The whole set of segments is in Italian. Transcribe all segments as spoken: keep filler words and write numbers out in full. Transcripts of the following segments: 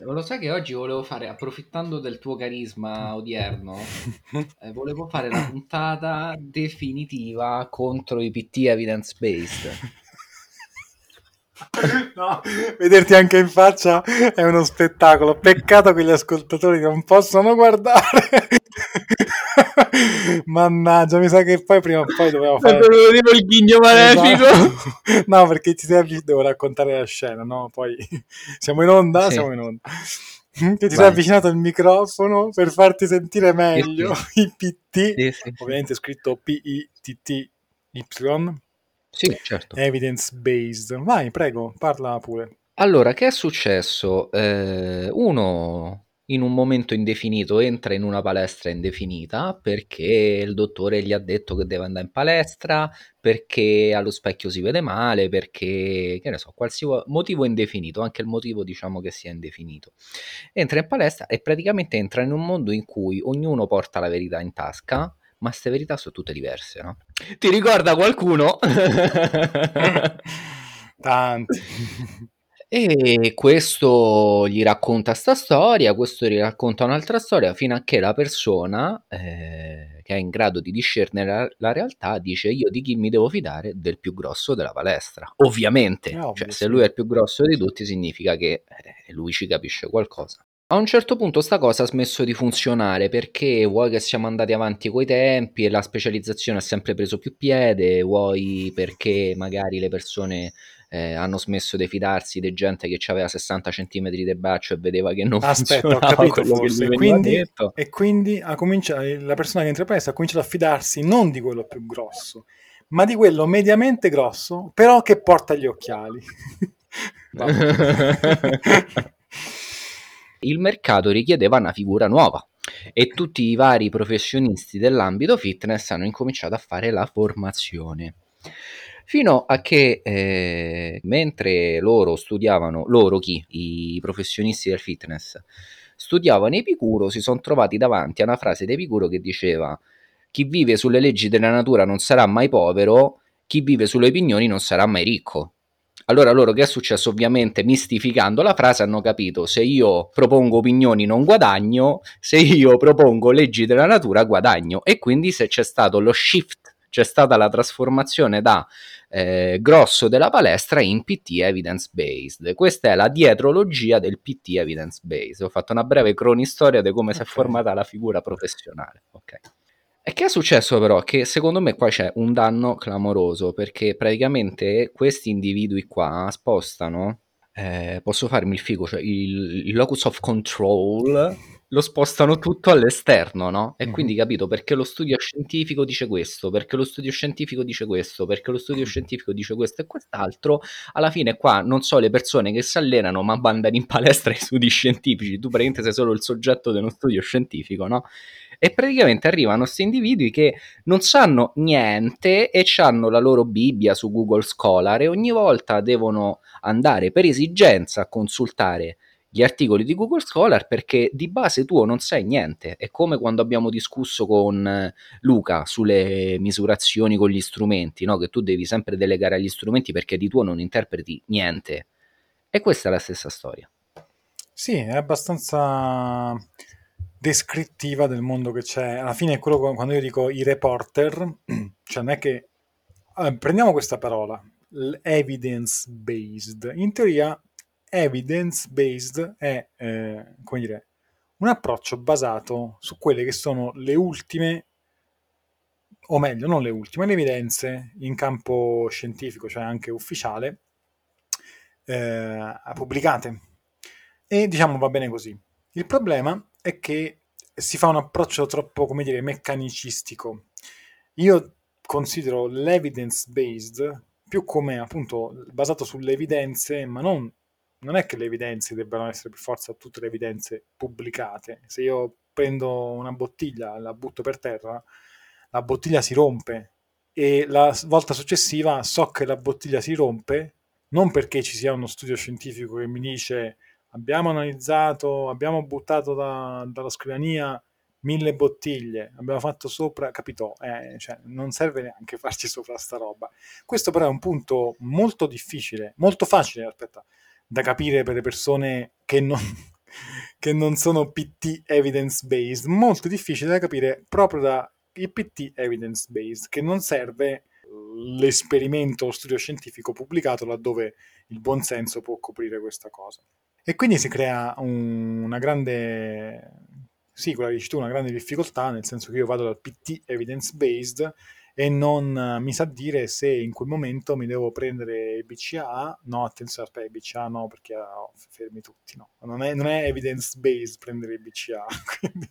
Lo sai che oggi volevo fare, approfittando del tuo carisma odierno, eh, volevo fare la puntata definitiva contro i P T evidence-based. No, vederti anche in faccia è uno spettacolo. Peccato che gli ascoltatori non possono guardare. Mannaggia, mi sa che poi prima o poi dobbiamo fare. Dovevo dire il ghigno malefico. Esatto. No, perché ci serve, devo raccontare la scena, no? Poi siamo in onda, Sì, siamo in onda. Che ti sei vai. avvicinato al microfono per farti sentire Sì, meglio sì, i P T, sì, sì, sì. ovviamente scritto P I T T Y, Sì, certo. evidence based. Vai, prego, parla pure. Allora, che è successo? Eh, uno in un momento indefinito entra in una palestra indefinita perché il dottore gli ha detto che deve andare in palestra, perché allo specchio si vede male, perché, che ne so, qualsiasi motivo indefinito, anche il motivo diciamo che sia indefinito. Entra in palestra e praticamente entra in un mondo in cui ognuno porta la verità in tasca, ma queste verità sono tutte diverse, no? Ti ricorda qualcuno? Tanti. E questo gli racconta sta storia, questo gli racconta un'altra storia, fino a che la persona, eh, che è in grado di discernere la, la realtà, dice: io di chi mi devo fidare? Del più grosso della palestra. È Ovviamente, cioè ovvio, se sì. lui è il più grosso di tutti significa che eh, lui ci capisce qualcosa. A un certo punto sta cosa ha smesso di funzionare perché vuoi che siamo andati avanti coi tempi e la specializzazione ha sempre preso più piede, vuoi perché magari le persone eh, hanno smesso di fidarsi di gente che aveva sessanta centimetri di braccio e vedeva che non Aspetta, ho funzionava capito quello che gli forse. E veniva quindi, detto. e quindi ha cominciato, la persona che entra in palestra ha cominciato a fidarsi non di quello più grosso, ma di quello mediamente grosso, però che porta gli occhiali. Vabbè. Il mercato richiedeva una figura nuova e tutti i vari professionisti dell'ambito fitness hanno incominciato a fare la formazione. Fino a che, eh, mentre loro studiavano, loro chi? I professionisti del fitness, studiavano Epicuro, si sono trovati davanti a una frase di Epicuro che diceva: chi vive sulle leggi della natura non sarà mai povero, chi vive sulle opinioni non sarà mai ricco. Allora loro che è successo? Ovviamente mistificando la frase hanno capito: se io propongo opinioni non guadagno, se io propongo leggi della natura guadagno. E quindi se c'è stato lo shift, c'è stata la trasformazione da eh, grosso della palestra in P T evidence based. Questa è la dietrologia del P T evidence based. Ho fatto una breve cronistoria di come si è Ok. formata la figura professionale. Ok. E che è successo però? Che secondo me qua c'è un danno clamoroso perché praticamente questi individui qua spostano, eh, posso farmi il figo, cioè il, il locus of control lo spostano tutto all'esterno, no? E Mhm. quindi capito perché lo studio scientifico dice questo, perché lo studio scientifico dice questo, perché lo studio scientifico dice questo e quest'altro, alla fine qua non so le persone che si allenano ma mandano in palestra i studi scientifici, tu praticamente sei solo il soggetto di uno studio scientifico, no? E praticamente arrivano questi individui che non sanno niente e hanno la loro Bibbia su Google Scholar e ogni volta devono andare per esigenza a consultare gli articoli di Google Scholar perché di base tu non sai niente. È come quando abbiamo discusso con eh, Luca sulle misurazioni con gli strumenti, no? Che tu devi sempre delegare agli strumenti perché di tuo non interpreti niente. E questa è la stessa storia. Sì, è abbastanza descrittiva del mondo che c'è. Alla fine è quello qua- quando io dico i reporter, cioè non è che... allora, prendiamo questa parola, evidence based. In teoria, evidence based è, eh, come dire, un approccio basato su quelle che sono le ultime, o meglio, non le ultime, le evidenze in campo scientifico, cioè anche ufficiale, eh, pubblicate. E diciamo va bene così. Il problema è che si fa un approccio troppo, come dire, meccanicistico. Io considero l'evidence based più come appunto basato sulle evidenze, ma non, non è che le evidenze debbano essere per forza tutte le evidenze pubblicate. Se io prendo una bottiglia, la butto per terra, la bottiglia si rompe e la volta successiva so che la bottiglia si rompe non perché ci sia uno studio scientifico che mi dice abbiamo analizzato, abbiamo buttato da- dalla scrivania mille bottiglie, abbiamo fatto sopra, capito? Eh, cioè, non serve neanche farci sopra sta roba. Questo però è un punto molto difficile, molto facile, aspetta, da capire per le persone che non, che non sono P T evidence based, molto difficili da capire proprio da il P T evidence based, che non serve l'esperimento o studio scientifico pubblicato laddove il buon senso può coprire questa cosa. E quindi si crea un- una grande, sì, quella che dici tu, una grande difficoltà, nel senso che io vado dal P T evidence based e non eh, mi sa dire se in quel momento mi devo prendere il B C A. No, attenzione, aspetta, il B C A no, perché oh, fermi tutti, no. Non è, non è evidence based prendere il B C A, quindi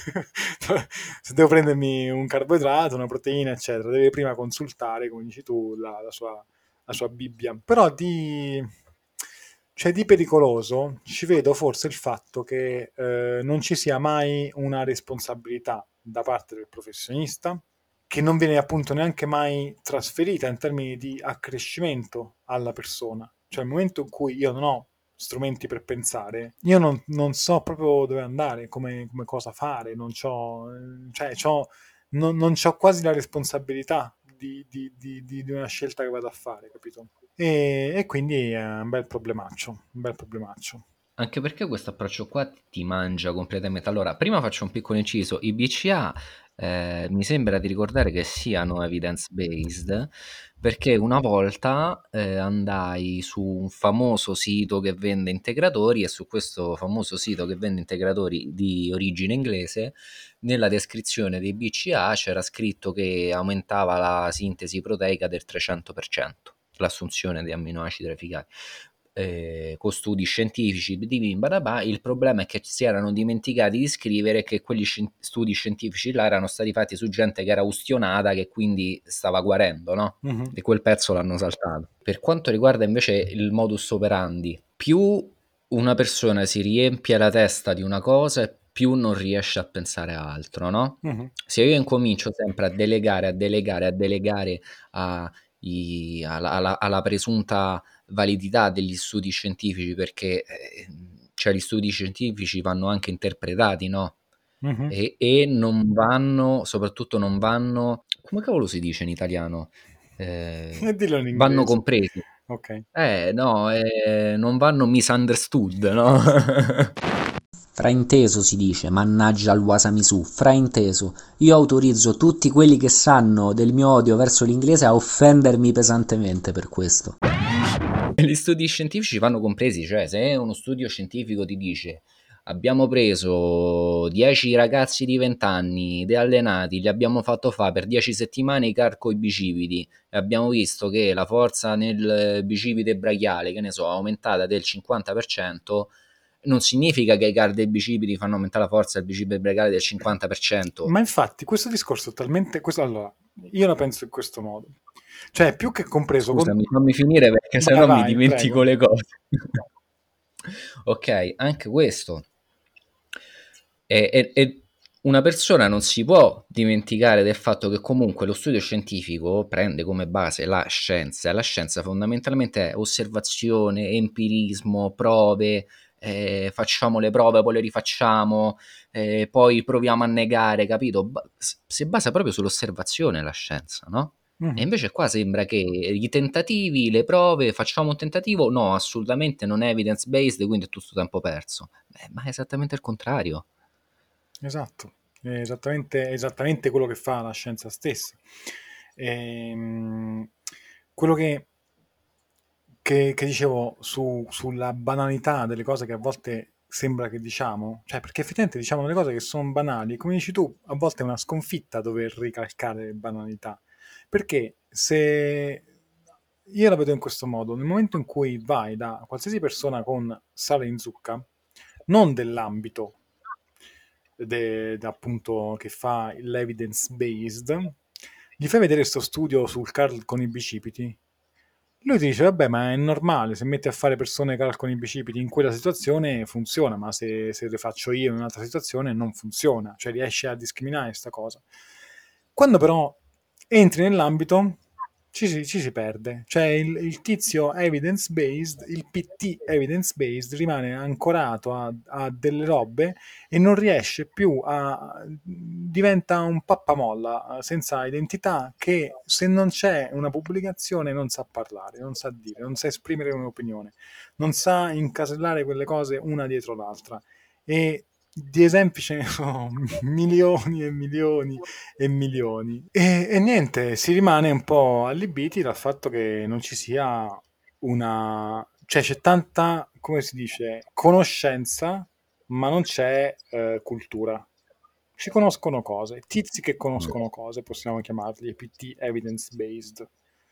se devo prendermi un carboidrato, una proteina, eccetera, devi prima consultare, come dici tu, la, la sua, la sua Bibbia. Però di, cioè, di pericoloso ci vedo forse il fatto che eh, non ci sia mai una responsabilità da parte del professionista, che non viene appunto neanche mai trasferita in termini di accrescimento alla persona. Cioè, nel momento in cui io non ho strumenti per pensare, io non, non so proprio dove andare, come, come cosa fare, non c'ho, cioè, c'ho, non, non c'ho quasi la responsabilità di, di- di- di- di una scelta che vado a fare, capito? E, e quindi è un bel problemaccio, un bel problemaccio. Anche perché questo approccio qua ti mangia completamente. Allora, prima faccio un piccolo inciso. I B C A eh, mi sembra di ricordare che siano evidence-based, perché una volta eh, andai su un famoso sito che vende integratori e su questo famoso sito che vende integratori di origine inglese, nella descrizione dei B C A c'era scritto che aumentava la sintesi proteica del trecento per cento, l'assunzione di amminoacidi efficaci eh, con studi scientifici di bim badabà. Il problema è che si erano dimenticati di scrivere che quegli scien- studi scientifici là erano stati fatti su gente che era ustionata, che quindi stava guarendo, no? Mhm. E quel pezzo l'hanno saltato. Per quanto riguarda invece il modus operandi, più una persona si riempie la testa di una cosa, più non riesce a pensare a altro, no? Mhm. Se io incomincio sempre a delegare, a delegare, a delegare a, i- alla, alla- alla presunta validità degli studi scientifici, perché eh, cioè, gli studi scientifici vanno anche interpretati, no? Mhm. E, e non vanno, soprattutto non vanno, come cavolo si dice in italiano? E Eh, dillo in vanno inglese. compresi. Ok. Eh, no, eh, non vanno misunderstood, no? Frainteso si dice, mannaggia al Wasamisu, frainteso. Io autorizzo tutti quelli che sanno del mio odio verso l'inglese a offendermi pesantemente per questo. Gli studi scientifici vanno compresi, cioè se uno studio scientifico ti dice abbiamo preso dieci ragazzi di venti anni deallenati, li abbiamo fatto fare per dieci settimane i carco i bicipiti e abbiamo visto che la forza nel bicipite brachiale, che ne so, è aumentata del cinquanta per cento, non significa che i cardi e i bicipiti fanno aumentare la forza del bicipite brachiale del cinquanta per cento. Ma infatti questo discorso è talmente... Questo, allora, io la penso in questo modo. Cioè, più che compreso... Con... Scusami, fammi finire perché Vai, sennò mi vai, dimentico prego. le cose. Ok, anche questo. E, e- e una persona non si può dimenticare del fatto che comunque lo studio scientifico prende come base la scienza. La scienza fondamentalmente è osservazione, empirismo, prove, eh, facciamo le prove, poi le rifacciamo, eh, poi proviamo a negare, capito? Ba- s- si basa proprio sull'osservazione la scienza, no? E Mhm. invece qua sembra che i tentativi, le prove, facciamo un tentativo, no, assolutamente non è evidence based, quindi è tutto tempo perso. Beh, ma è esattamente il contrario. Esatto, è esattamente, esattamente quello che fa la scienza stessa. Ehm, quello che, che- che dicevo su- sulla banalità delle cose che a volte sembra che diciamo, cioè perché effettivamente diciamo delle cose che sono banali, come dici tu, a volte è una sconfitta dover ricalcare le banalità, perché se io la vedo in questo modo, nel momento in cui vai da qualsiasi persona con sale in zucca, non dell'ambito de- de- appunto che fa l'evidence based, gli fai vedere questo studio sul Carl con i bicipiti. Lui ti dice, vabbè, ma è normale, se metti a fare persone Carl con i bicipiti in quella situazione funziona, ma se, se le faccio io in un'altra situazione non funziona, cioè riesce a discriminare questa cosa. Quando però entri nell'ambito ci si, ci si perde, cioè il, il tizio evidence based, il P T evidence based rimane ancorato a, a delle robe e non riesce più a... diventa un pappamolla eh, senza identità che se non c'è una pubblicazione non sa parlare, non sa dire, non sa esprimere un'opinione, non sa incasellare quelle cose una dietro l'altra e di esempi ce ne sono milioni e milioni e milioni. E, e niente, si rimane un po' allibiti dal fatto che non ci sia una... cioè c'è tanta, come si dice, conoscenza, ma non c'è eh, cultura. Si conoscono cose, tizi che conoscono cose, possiamo chiamarli P T evidence based.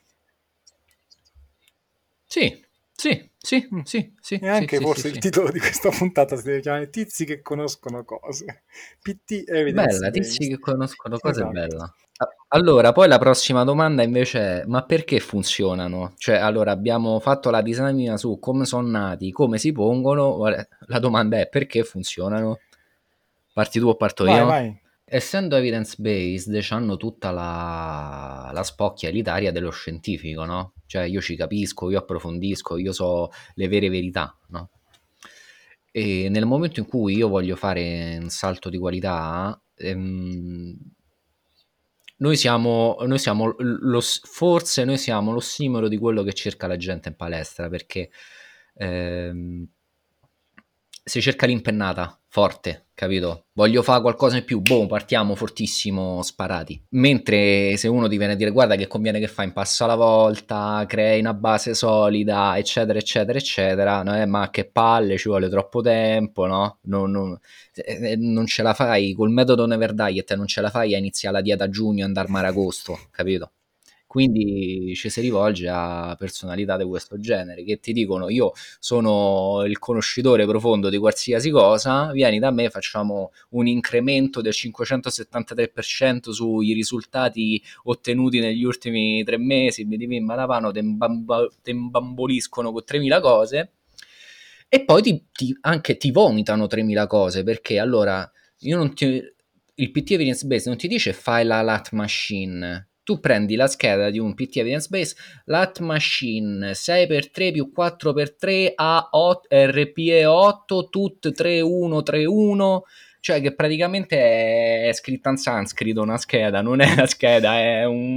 Sì, sì, sì, Mm. sì, sì, E sì, anche sì, sì, forse il sì. titolo di questa puntata si deve chiamare Tizi che conoscono cose. P T evidence Bella, tizi based. che conoscono cose Esatto. bella. A- Allora, poi la prossima domanda invece è, ma perché funzionano? Cioè, allora, abbiamo fatto la disamina su come sono nati, come si pongono, ora, la domanda è perché funzionano? Parti tu o parto Vai, io? vai. Essendo evidence-based, hanno tutta la, la spocchia elitaria dello scientifico, no? Cioè, io ci capisco, io approfondisco, io so le vere verità, no? E nel momento in cui io voglio fare un salto di qualità, ehm, noi siamo, noi siamo lo, forse noi siamo l'ossimoro di quello che cerca la gente in palestra, perché ehm, si cerca l'impennata forte, capito? Voglio fare qualcosa in più, boh, partiamo fortissimo, sparati. Mentre se uno ti viene a dire guarda che conviene che fai un passo alla volta, crei una base solida, eccetera, eccetera, eccetera, no? Eh, ma che palle, ci vuole troppo tempo, no? Non, non, eh, non ce la fai, col metodo Never Diet non ce la fai a iniziare la dieta a giugno e andare mare agosto, capito? Quindi ci si rivolge a personalità di questo genere che ti dicono io sono il conoscitore profondo di qualsiasi cosa, vieni da me, facciamo un incremento del cinquecentosettantatré per cento sui risultati ottenuti negli ultimi tre mesi, mi dimmi malavano, te, imbamba, te imbamboliscono con tremila cose e poi ti, ti, anche ti vomitano tremila cose perché allora io non ti, il P T Evidence Based non ti dice fai la lat machine, tu prendi la scheda di un P T Evidence Based, lat machine sei per tre più quattro per tre a otto, R P E otto, tut tre uno tre uno, cioè che praticamente è, è scritta in sanscrito una scheda, non è una scheda, è un...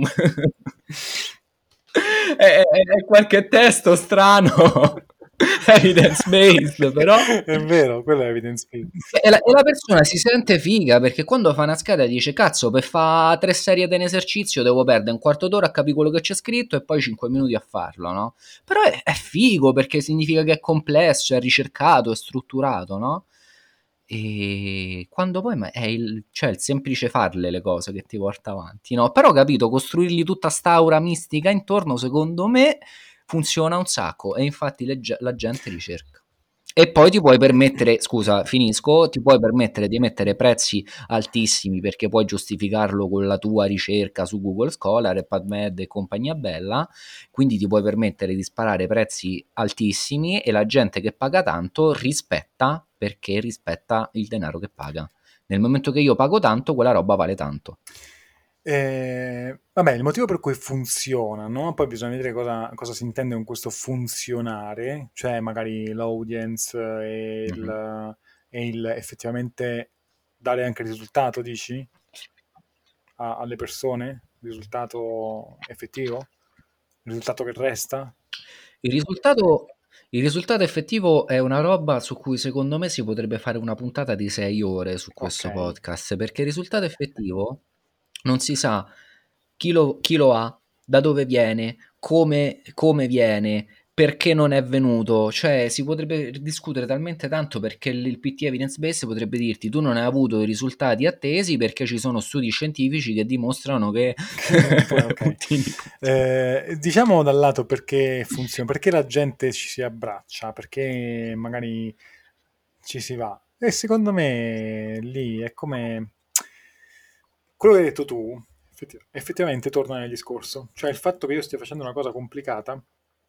è, è, è qualche testo strano, evidence based, però... È vero, quello è evidence based. E la, e la persona si sente figa perché quando fa una scheda dice cazzo per fare tre serie di un esercizio devo perdere un quarto d'ora a capire quello che c'è scritto e poi cinque minuti a farlo, no? Però è, è figo perché significa che è complesso, è ricercato, è strutturato, no? E quando poi è il, cioè il semplice farle le cose che ti porta avanti, no? Però capito, costruirgli tutta sta aura mistica intorno secondo me funziona un sacco e infatti le, la gente ricerca. E poi ti puoi permettere, scusa, finisco, ti puoi permettere di mettere prezzi altissimi perché puoi giustificarlo con la tua ricerca su Google Scholar e PubMed e compagnia bella, quindi ti puoi permettere di sparare prezzi altissimi e la gente che paga tanto rispetta perché rispetta il denaro che paga. Nel momento che io pago tanto, quella roba vale tanto. Eh, vabbè, il motivo per cui funziona, no? Poi bisogna vedere cosa, cosa si intende con questo funzionare, cioè magari l'audience e Mm-hmm. il, e il effettivamente dare anche il risultato, dici? A, alle persone? Il risultato effettivo? Il risultato che resta? Il risultato, il risultato effettivo è una roba su cui secondo me si potrebbe fare una puntata di sei ore su Ok. questo podcast, perché il risultato effettivo non si sa chi lo, chi lo ha, da dove viene, come, come viene, perché non è venuto, cioè si potrebbe discutere talmente tanto perché il P T Evidence Base potrebbe dirti tu non hai avuto i risultati attesi perché ci sono studi scientifici che dimostrano che non puoi, ok. puntini, puntini. Eh, diciamo dal lato perché funziona, perché la gente ci si abbraccia, perché magari ci si va. E secondo me lì è come quello che hai detto tu, effetti- effettivamente torna nel discorso, cioè il fatto che io stia facendo una cosa complicata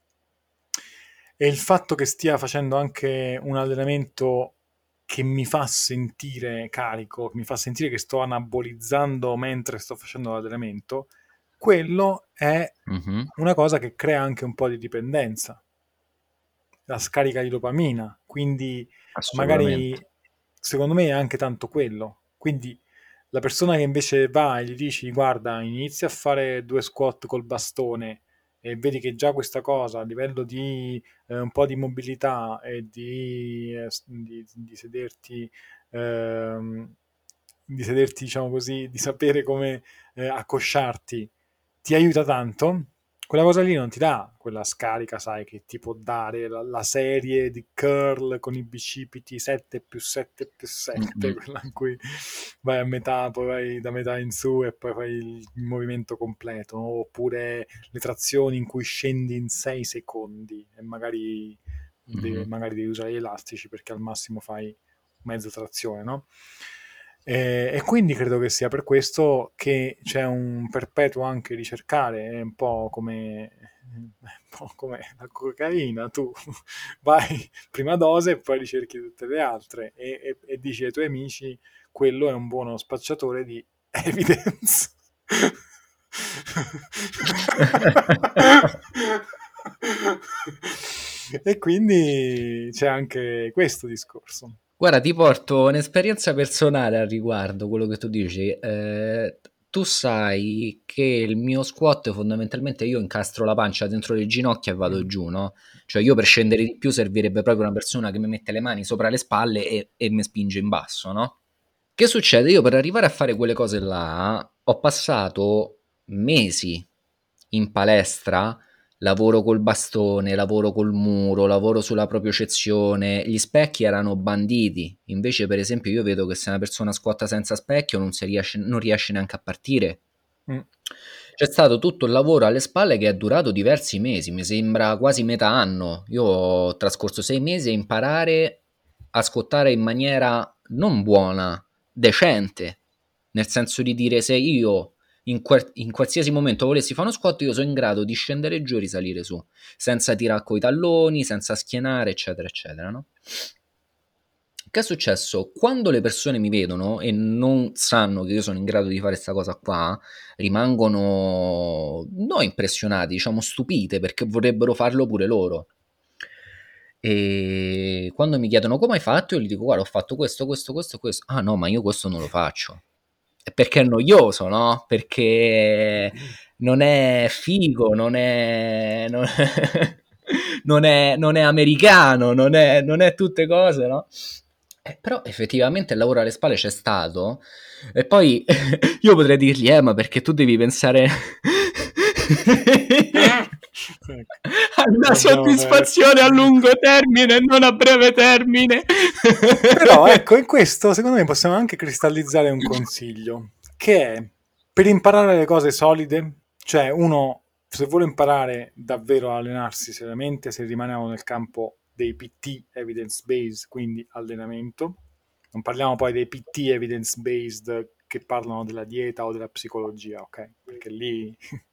e il fatto che stia facendo anche un allenamento che mi fa sentire carico, che mi fa sentire che sto anabolizzando mentre sto facendo l'allenamento, quello è Mm-hmm. una cosa che crea anche un po' di dipendenza, la scarica di dopamina, quindi Assolutamente. magari secondo me è anche tanto quello. Quindi la persona che invece va e gli dici guarda, inizia a fare due squat col bastone e vedi che già questa cosa a livello di eh, un po' di mobilità e di, eh, s- di, di sederti, ehm, di sederti, diciamo così, di sapere come eh, accosciarti, ti aiuta tanto, quella cosa lì non ti dà quella scarica, sai, che ti può dare la, la serie di curl con i bicipiti sette più sette più sette, Mm-mm. quella in cui vai a metà, poi vai da metà in su e poi fai il, il movimento completo, no? Oppure le trazioni in cui scendi in sei secondi e magari devi, Mhm. magari devi usare gli elastici perché al massimo fai mezza trazione, no? E, e quindi credo che sia per questo che c'è un perpetuo anche ricercare, è un po' come, un po' come la cocaina, tu vai prima dose e poi ricerchi tutte le altre e, e- e dici ai tuoi amici quello è un buono spacciatore di evidence. E quindi c'è anche questo discorso. Guarda, ti porto un'esperienza personale al riguardo, quello che tu dici. Eh, tu sai che il mio squat fondamentalmente io incastro la pancia dentro le ginocchia e vado Mm. giù, no? Cioè io per scendere di più servirebbe proprio una persona che mi mette le mani sopra le spalle e, e mi spinge in basso, no? Che succede? Io per arrivare a fare quelle cose là ho passato mesi in palestra, lavoro col bastone, lavoro col muro, lavoro sulla propiocezione, gli specchi erano banditi, invece per esempio io vedo che se una persona squatta senza specchio non, si riesce, non riesce neanche a partire. Mm. C'è stato tutto il lavoro alle spalle che è durato diversi mesi, mi sembra quasi metà anno. Io ho trascorso sei mesi a imparare a squattare in maniera non buona, decente, nel senso di dire se io in, quer- in qualsiasi momento volessi fare uno squat io sono in grado di scendere giù e risalire su, senza tirare coi talloni, senza schienare, eccetera, eccetera, no? Che è successo? Quando le persone mi vedono e non sanno che io sono in grado di fare questa cosa qua, rimangono non impressionati, diciamo stupite perché vorrebbero farlo pure loro. E quando mi chiedono come hai fatto, io gli dico guarda ho fatto questo, questo, questo, questo. Ah no, ma io questo non lo faccio. E perché è noioso, no? Perché non è figo, non è, non è, non è, non è americano, non è, non è tutte cose, no? Eh, però effettivamente il lavoro alle spalle c'è stato e poi io potrei dirgli eh ma perché tu devi pensare Ecco, alla dobbiamo fare... soddisfazione a lungo termine e non a breve termine. Però ecco, in questo secondo me possiamo anche cristallizzare un consiglio, che è per imparare le cose solide, cioè uno se vuole imparare davvero a allenarsi seriamente, se rimaniamo nel campo dei P T evidence based, quindi allenamento, non parliamo poi dei P T evidence based che parlano della dieta o della psicologia, ok? Perché lì,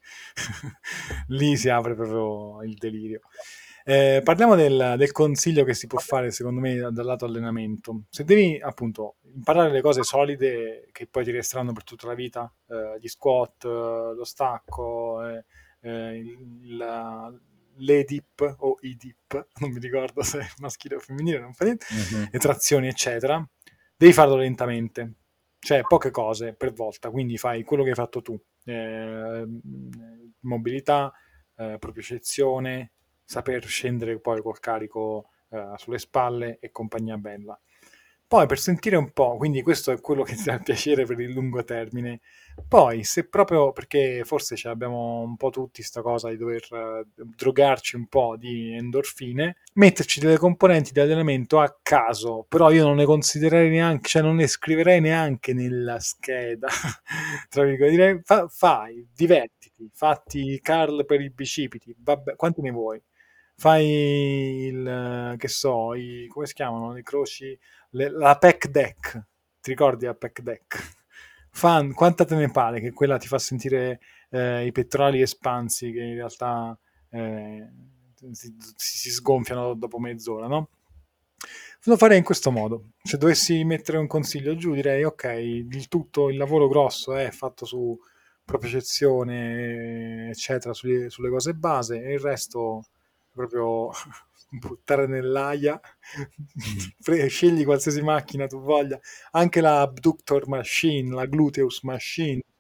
lì si apre proprio il delirio. Eh, parliamo del, del consiglio che si può fare, secondo me, dal lato allenamento. Se devi appunto imparare le cose solide che poi ti resteranno per tutta la vita, eh, gli squat, eh, lo stacco, eh, eh, il, la- le dip o i dip, non mi ricordo se è maschile o femminile, non fa niente, Mhm. le trazioni, eccetera, devi farlo lentamente, cioè poche cose per volta, quindi fai quello che hai fatto tu, eh, mobilità, eh, propiocezione, saper scendere poi col carico eh, sulle spalle e compagnia bella. Poi per sentire un po', quindi questo è quello che ti dà piacere per il lungo termine. Poi, se proprio, perché forse ce l'abbiamo un po' tutti sta cosa di dover eh, drogarci un po' di endorfine, metterci delle componenti di allenamento a caso, però io non le considererei neanche, cioè non le scriverei neanche nella scheda, tra virgolette, direi fa- fai, divertiti, fatti curl per i bicipiti, vabbè, quanti ne vuoi? Fai il, eh, che so, i, come si chiamano, le croci, le- la pack deck, ti ricordi la pack deck? Fan, quanta te ne pare che quella ti fa sentire eh, i pettorali espansi che in realtà eh, si, si sgonfiano dopo mezz'ora, no? Lo farei in questo modo. Se dovessi mettere un consiglio giù, direi ok, il tutto, il lavoro grosso è fatto su propiocezione, eccetera, sulle, sulle cose base, e il resto proprio buttare nell'aia, scegli qualsiasi macchina tu voglia, anche la abductor machine, la gluteus machine,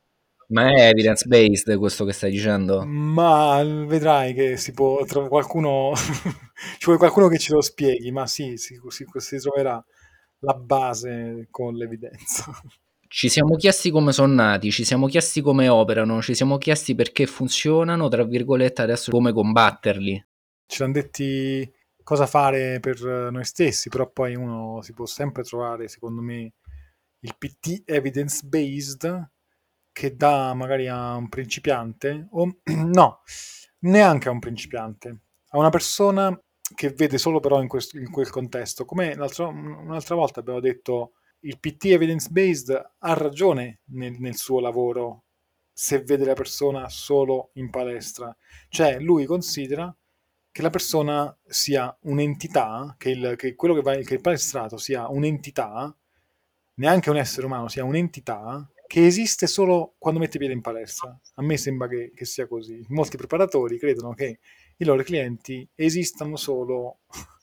Ma è evidence based questo che stai dicendo? Ma vedrai che si può trovare qualcuno, ci vuole qualcuno che ce lo spieghi, ma sì, si, si- si troverà la base con l'evidenza. Ci siamo chiesti come sono nati, ci siamo chiesti come operano, ci siamo chiesti perché funzionano, tra virgolette, adesso come combatterli. Ci hanno detti cosa fare per noi stessi, però poi uno si può sempre trovare, secondo me, il P T evidence based che dà magari a un principiante, o no, neanche a un principiante, a una persona che vede solo però in, questo, in quel contesto. Come un'altra volta abbiamo detto, il P T evidence based ha ragione nel, nel suo lavoro se vede la persona solo in palestra. Cioè, lui considera che la persona sia un'entità, che, il, che quello che, va, che il palestrato sia un'entità, neanche un essere umano, sia un'entità che esiste solo quando mette piede in palestra. A me sembra che, che sia così. Molti preparatori credono che i loro clienti esistano solo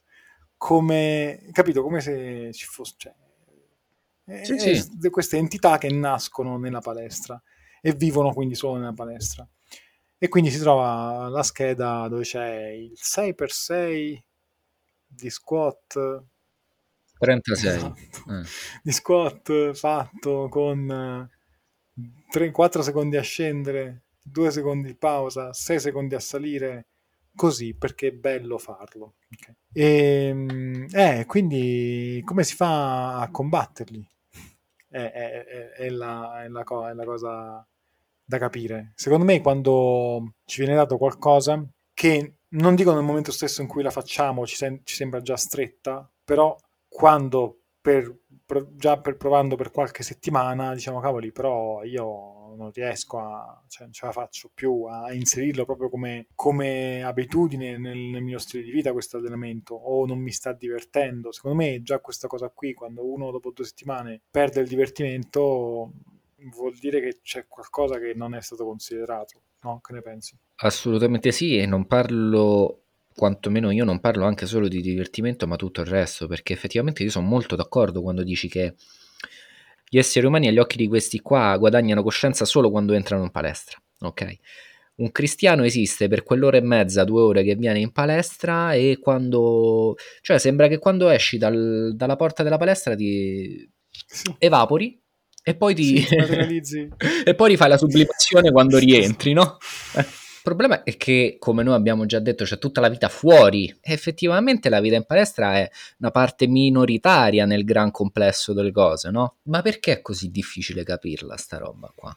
come, capito, come se ci fosse, cioè, Sì, eh, sì. eh, queste entità che nascono nella palestra e vivono quindi solo nella palestra. E quindi si trova la scheda dove c'è il sei per sei di squat, trentasei. esatto, Eh. di squat fatto con tre, quattro secondi a scendere, due secondi di pausa, sei secondi a salire, così perché è bello farlo. Okay. E, eh, quindi come si fa a combatterli? È, è- è- è la, è la co- è la cosa da capire. Secondo me, quando ci viene dato qualcosa che non dico nel momento stesso in cui la facciamo ci, sem- ci sembra già stretta, però quando per, pro- già per provando per qualche settimana diciamo cavoli, però io non riesco a, cioè non ce la faccio più a inserirlo proprio come, come abitudine nel, nel mio stile di vita questo allenamento, o non mi sta divertendo. Secondo me già questa cosa qui, quando uno dopo due settimane perde il divertimento, vuol dire che c'è qualcosa che non è stato considerato, no? Che ne pensi? Assolutamente sì, e non parlo, quantomeno io non parlo anche solo di divertimento, ma tutto il resto, perché effettivamente io sono molto d'accordo quando dici che gli esseri umani agli occhi di questi qua guadagnano coscienza solo quando entrano in palestra, ok? Un cristiano esiste per quell'ora e mezza, due ore che viene in palestra e quando... cioè sembra che quando esci dal- dalla porta della palestra ti Sì, evapori e poi ti... sì, ti materializzi. e poi rifai la sublimazione quando rientri, no? Eh. Il problema è che, come noi abbiamo già detto, c'è tutta la vita fuori. E effettivamente la vita in palestra è una parte minoritaria nel gran complesso delle cose, no? Ma perché è così difficile capirla, sta roba qua?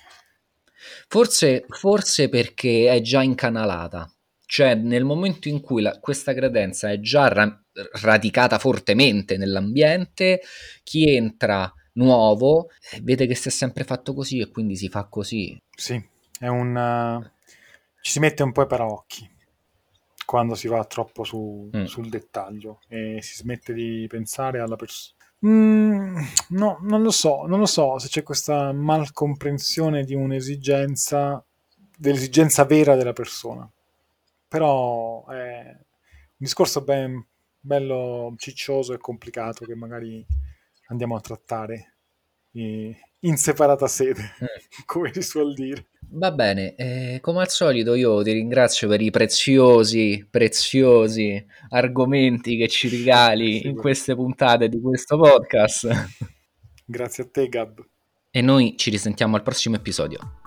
Forse, forse perché è già incanalata. Cioè, nel momento in cui la, questa credenza è già ra- radicata fortemente nell'ambiente, chi entra nuovo eh, vede che si è sempre fatto così e quindi si fa così. Sì, è un... uh, ci si mette un po' ai paraocchi quando si va troppo su, Mm. sul dettaglio e si smette di pensare alla persona. Mm, no, non lo so, non lo so se c'è questa malcomprensione di un'esigenza, dell'esigenza vera della persona. Però è un discorso ben bello ciccioso e complicato che magari andiamo a trattare eh, in separata sede, Mm. come si suol dire. Va bene, eh, come al solito io ti ringrazio per i preziosi, preziosi argomenti che ci regali in Figurati. queste puntate di questo podcast Grazie a te, Gab. e noi ci risentiamo al prossimo episodio.